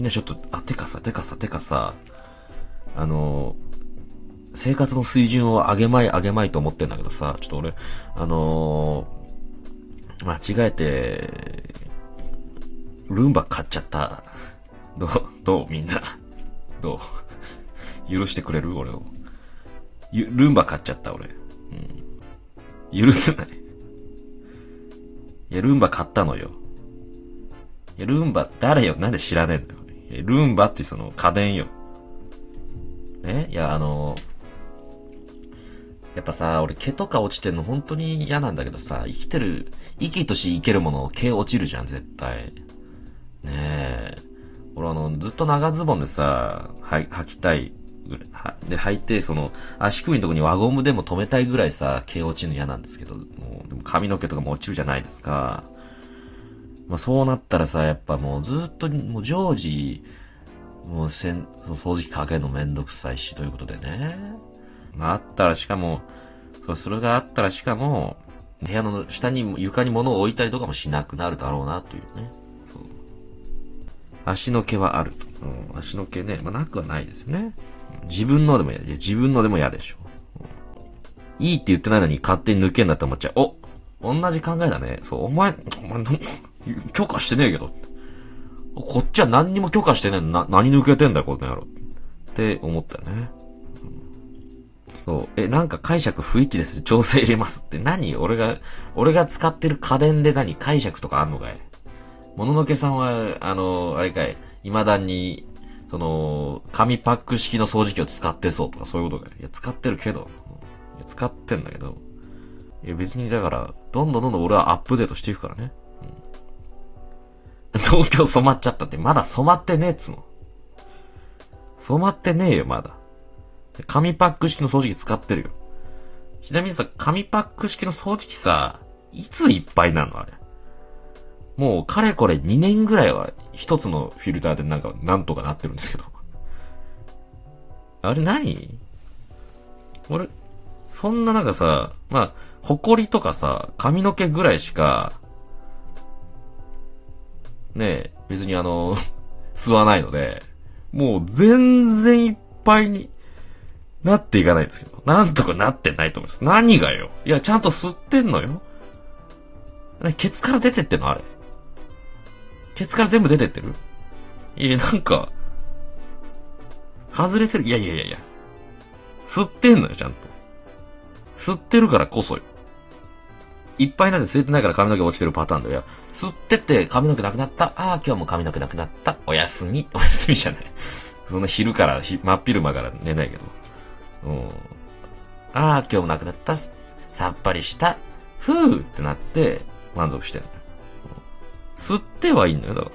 ね、ちょっと、てかさ、生活の水準を上げまいと思ってんだけどさ、ちょっと俺、間違えて、ルンバ買っちゃった。どうみんな。どう許してくれる俺を。ルンバ買っちゃった俺。許せない。いや、ルンバ買ったのよ。いや、ルンバ誰よなんで知らねえんだよ。いや、ルンバってその家電よ。ねいや、やっぱさ、俺毛とか落ちてんの本当に嫌なんだけどさ、生きとし生けるもの毛落ちるじゃん、絶対。ねえ。俺ずっと長ズボンでさ、履きたい。で、履いて、足首のとこに輪ゴムでも止めたいぐらいさ、毛落ちるの嫌なんですけど、もう、でも髪の毛とかも落ちるじゃないですか。まあそうなったらさ、やっぱもうずっと、もう常時、もう掃除機かけるのめんどくさいし、ということでね。まああったらしかも、それがあったらしかも、部屋の下に、床に物を置いたりとかもしなくなるだろうな、というね。そう。足の毛はあると。足の毛ね、まあなくはないですよね。自分のでも嫌。自分のでも嫌でしょ。いいって言ってないのに勝手に抜けんだって思っちゃう。同じ考えだね。そう、お前、許可してねえけど。こっちは何にも許可してねえの何抜けてんだよ、この野郎。って思ったよね。そう。なんか解釈不一致です。調整入れますって。何俺が使ってる家電で解釈とかあんのかい？もののけさんは、あれかい、未だに、紙パック式の掃除機を使ってそうとかそういうことかい。いや、使ってるけど。いや、使ってんだけど。いや、別にだから、どんどん俺はアップデートしていくからね。東京染まっちゃったって、まだ染まってねえっつの。染まってねえよ、まだ。紙パック式の掃除機使ってるよ。ちなみにさ、紙パック式の掃除機さ、いついっぱいなのあれ。もう、かれこれ2年ぐらいは、一つのフィルターでなんとかなってるんですけど。あれ何？俺、そんなさ、まあ、埃とかさ、髪の毛ぐらいしか、ねえ、別に吸わないので、もう全然いっぱいになっていかないんですけど、なんとかなってないと思います。何がよ。いや、ちゃんと吸ってんのよ。ケツから出てってんのあれ。ケツから全部出てってる？いや、外れてる。いや。吸ってんのよ、ちゃんと。吸ってるからこそよ。いっぱいなんで吸えてないから髪の毛落ちてるパターンだよ。吸ってって髪の毛なくなった。今日も髪の毛なくなった。おやすみじゃない。そんな昼から、真っ昼間から寝ないけど。今日もなくなった。さっぱりした。ふーってなって、満足してんのよ。吸ってはいいんだよ、だから。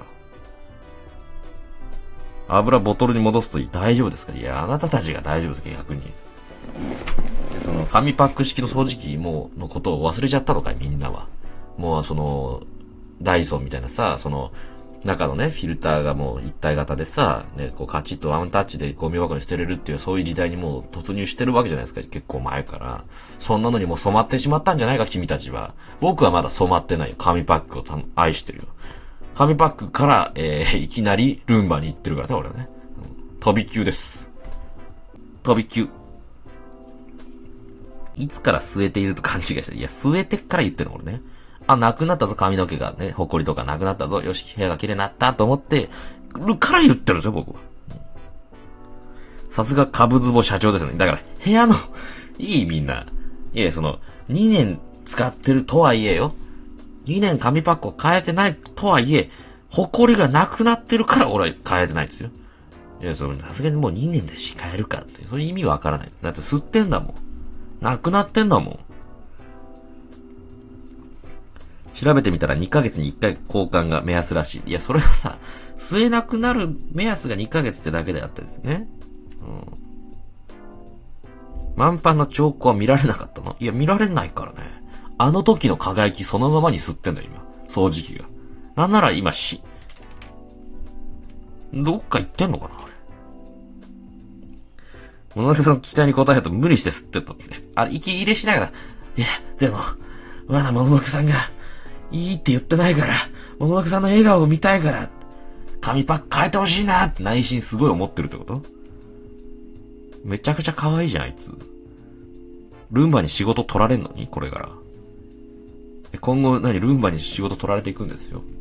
油ボトルに戻すと大丈夫ですか？いや、あなたたちが大丈夫ですか、逆に。紙パック式の掃除機のことを忘れちゃったのかい、みんなは。もうダイソンみたいなさ、中のね、フィルターがもう一体型でさ、ね、カチッとワンタッチでゴミ箱に捨てれるっていう、そういう時代にもう突入してるわけじゃないですか、結構前から。そんなのにもう染まってしまったんじゃないか、君たちは。僕はまだ染まってないよ。紙パックを愛してるよ。紙パックから、いきなりルンバに行ってるからね、俺はね。飛び級です。飛び級。いつから吸えていると勘違いした。いや、吸えてっから言ってるの、俺ね。なくなったぞ、髪の毛がね、埃とかなくなったぞ、よし、部屋が綺麗になったと思ってるから言ってるんですよ、僕は。さすが株壺社長ですよね。だから、部屋のいいみんな。いや、2年使ってるとはいえよ。2年紙パックを変えてないとはいえ、埃がなくなってるから俺は変えてないんですよ。いや、さすがにもう2年でし変えるかって、そういう意味わからない。だって吸ってんだもん。なくなってんだもん。調べてみたら2ヶ月に1回交換が目安らしい。いや、それはさ、吸えなくなる目安が2ヶ月ってだけであったですね。満帆の兆候は見られなかったの？いや、見られないからね。あの時の輝きそのままに吸ってんだよ、今。掃除機が。なんなら今どっか行ってんのかな、あれ。もののけさんの期待に応えると無理して吸ってた。あれ、息入れしながら、いや、でも、まだもののけさんが、いいって言ってないから、もののけさんの笑顔を見たいから、 紙パック変えてほしいなって内心すごい思ってるってこと？めちゃくちゃ可愛いじゃん、あいつ。ルンバに仕事取られんのにこれから。今後ルンバに仕事取られていくんですよ。